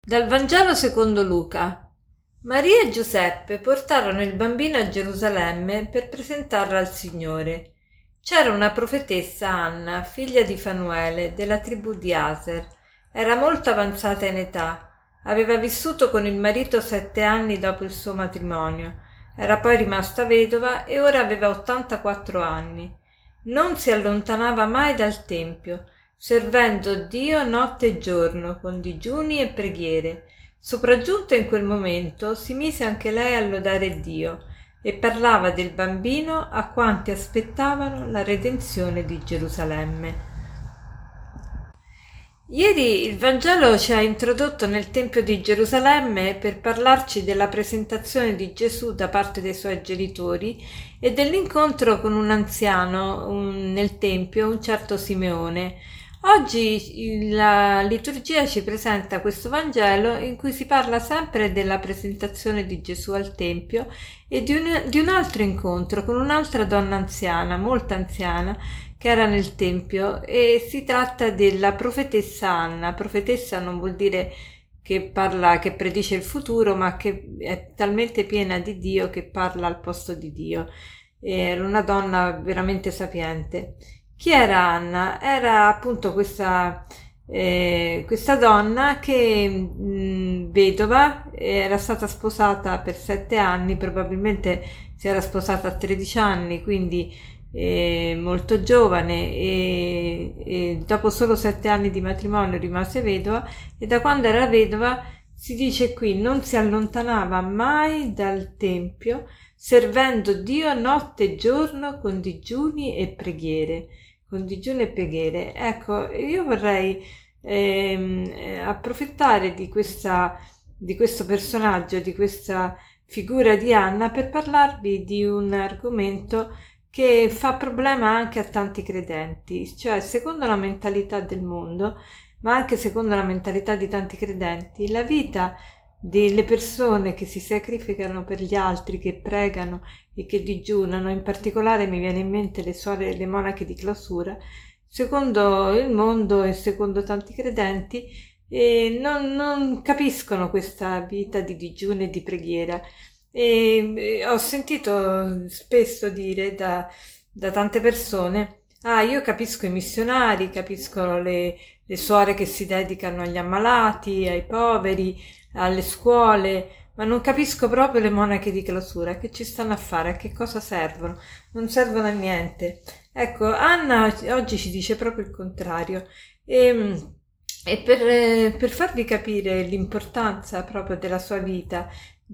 Dal Vangelo secondo Luca. Maria e Giuseppe portarono il bambino a Gerusalemme per presentarlo al Signore. C'era una profetessa Anna, figlia di Fanuele, della tribù di Aser. Era molto avanzata in età. Aveva vissuto con il marito 7 anni dopo il suo matrimonio. Era poi rimasta vedova e ora aveva 84 anni. Non si allontanava mai dal Tempio, servendo Dio notte e giorno, con digiuni e preghiere. Sopraggiunta in quel momento, si mise anche lei a lodare Dio e parlava del bambino a quanti aspettavano la redenzione di Gerusalemme. Ieri il Vangelo ci ha introdotto nel Tempio di Gerusalemme per parlarci della presentazione di Gesù da parte dei suoi genitori e dell'incontro con un anziano nel Tempio, un certo Simeone. Oggi la liturgia ci presenta questo Vangelo in cui si parla sempre della presentazione di Gesù al Tempio e di un altro incontro con un'altra donna anziana, molto anziana, che era nel Tempio, e si tratta della profetessa Anna. Profetessa non vuol dire che predice il futuro, ma che è talmente piena di Dio che parla al posto di Dio. Era una donna veramente sapiente. Chi era Anna? Era appunto questa donna che vedova, era stata sposata per 7 anni, probabilmente si era sposata a 13 anni, quindi molto giovane, e dopo solo 7 anni di matrimonio rimase vedova, e da quando era vedova, si dice qui, non si allontanava mai dal Tempio, servendo Dio notte e giorno con digiuni e preghiere. Con digiuni e preghiere. Ecco, io vorrei approfittare di questo personaggio, di questa figura di Anna, per parlarvi di un argomento che fa problema anche a tanti credenti, cioè secondo la mentalità del mondo, ma anche secondo la mentalità di tanti credenti, la vita delle persone che si sacrificano per gli altri, che pregano e che digiunano, in particolare mi viene in mente le monache di clausura, secondo il mondo e secondo tanti credenti, non capiscono questa vita di digiuno e di preghiera. E ho sentito spesso dire da tante persone: ah, io capisco i missionari, capisco le suore che si dedicano agli ammalati, ai poveri, alle scuole, ma non capisco proprio le monache di clausura. Che ci stanno a fare? A che cosa servono? Non servono a niente. Ecco, Anna oggi ci dice proprio il contrario, e per farvi capire l'importanza proprio della sua vita,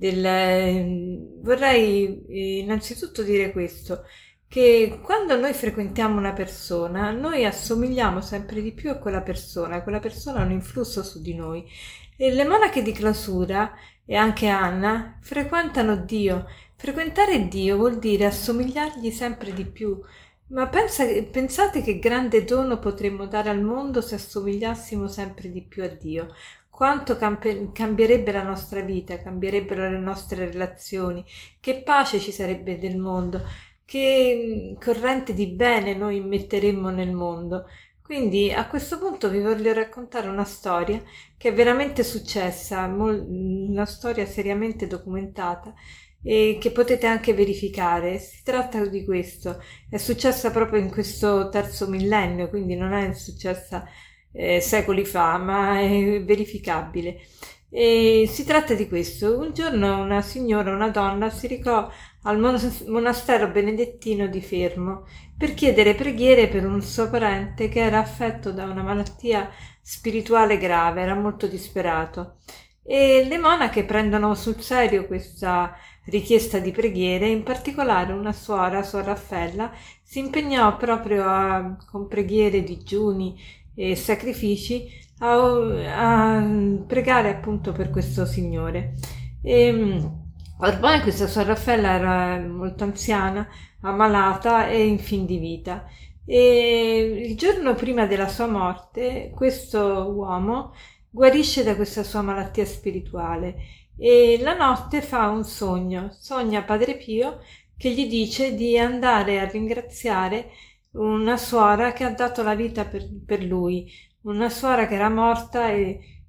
vorrei innanzitutto dire questo, che quando noi frequentiamo una persona, noi assomigliamo sempre di più a quella persona ha un influsso su di noi. E le monache di clausura, e anche Anna, frequentano Dio. Frequentare Dio vuol dire assomigliargli sempre di più. Ma pensate che grande dono potremmo dare al mondo se assomigliassimo sempre di più a Dio. Quanto cambierebbe la nostra vita, cambierebbero le nostre relazioni, che pace ci sarebbe nel mondo, che corrente di bene noi immetteremmo nel mondo. Quindi a questo punto vi voglio raccontare una storia che è veramente successa, una storia seriamente documentata e che potete anche verificare. Si tratta di questo, è successa proprio in questo 3° millennio, quindi non è successa secoli fa, ma è verificabile. E si tratta di questo: un giorno una donna, si recò al monastero benedettino di Fermo per chiedere preghiere per un suo parente che era affetto da una malattia spirituale grave, era molto disperato. E le monache prendono sul serio questa richiesta di preghiere, in particolare una suor Raffaella, si impegnò proprio con preghiere, digiuni e sacrifici a pregare appunto per questo signore. Ormai questa suor Raffaella era molto anziana, ammalata e in fin di vita, e il giorno prima della sua morte questo uomo guarisce da questa sua malattia spirituale, e la notte fa un sogna Padre Pio che gli dice di andare a ringraziare una suora che ha dato la vita per lui, una suora che era morta e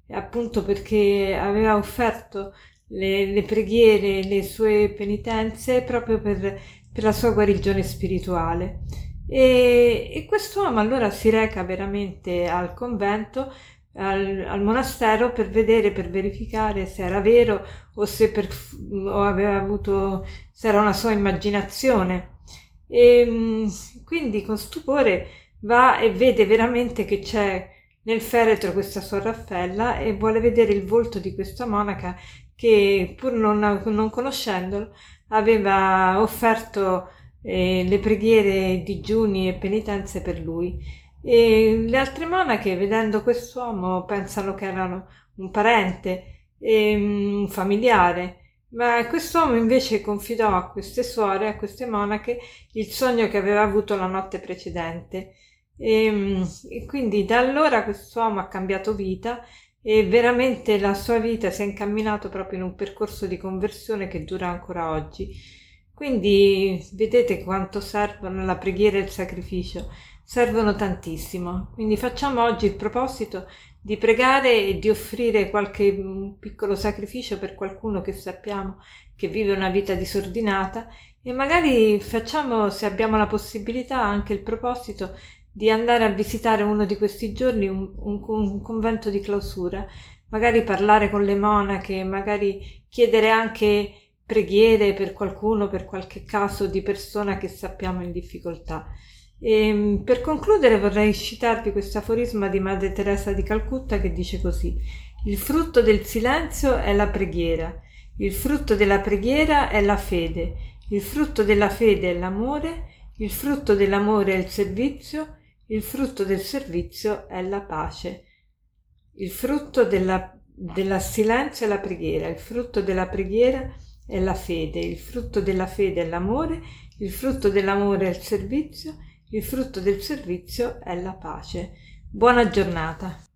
appunto perché aveva offerto le preghiere, le sue penitenze proprio per la sua guarigione spirituale. E quest'uomo allora si reca veramente al convento, al monastero, per vedere, per verificare se era vero o se o aveva avuto, se era una sua immaginazione. Quindi con stupore va e vede veramente che c'è nel feretro questa Suor Raffaella e vuole vedere il volto di questa monaca che, pur non conoscendolo, aveva offerto le preghiere, digiuni e penitenze per lui. E le altre monache, vedendo quest'uomo, pensano che erano un parente, un familiare, ma quest'uomo invece confidò a queste suore, a queste monache, il sogno che aveva avuto la notte precedente. E quindi da allora quest'uomo ha cambiato vita e veramente la sua vita si è incamminato proprio in un percorso di conversione che dura ancora oggi. Quindi vedete quanto servono la preghiera e il sacrificio, servono tantissimo. Quindi facciamo oggi il proposito di pregare e di offrire qualche piccolo sacrificio per qualcuno che sappiamo che vive una vita disordinata, e magari facciamo, se abbiamo la possibilità, anche il proposito di andare a visitare uno di questi giorni un convento di clausura, magari parlare con le monache, magari chiedere anche preghiere per qualcuno, per qualche caso di persona che sappiamo in difficoltà. E per concludere vorrei citarvi questo aforisma di Madre Teresa di Calcutta che dice così: il frutto del silenzio è la preghiera, il frutto della preghiera è la fede, il frutto della fede è l'amore, il frutto dell'amore è il servizio, il frutto del servizio è la pace. Il frutto della silenzio è la preghiera, il frutto della preghiera è la fede, il frutto della fede è l'amore, il frutto dell'amore è il servizio, il frutto del servizio è la pace. Buona giornata.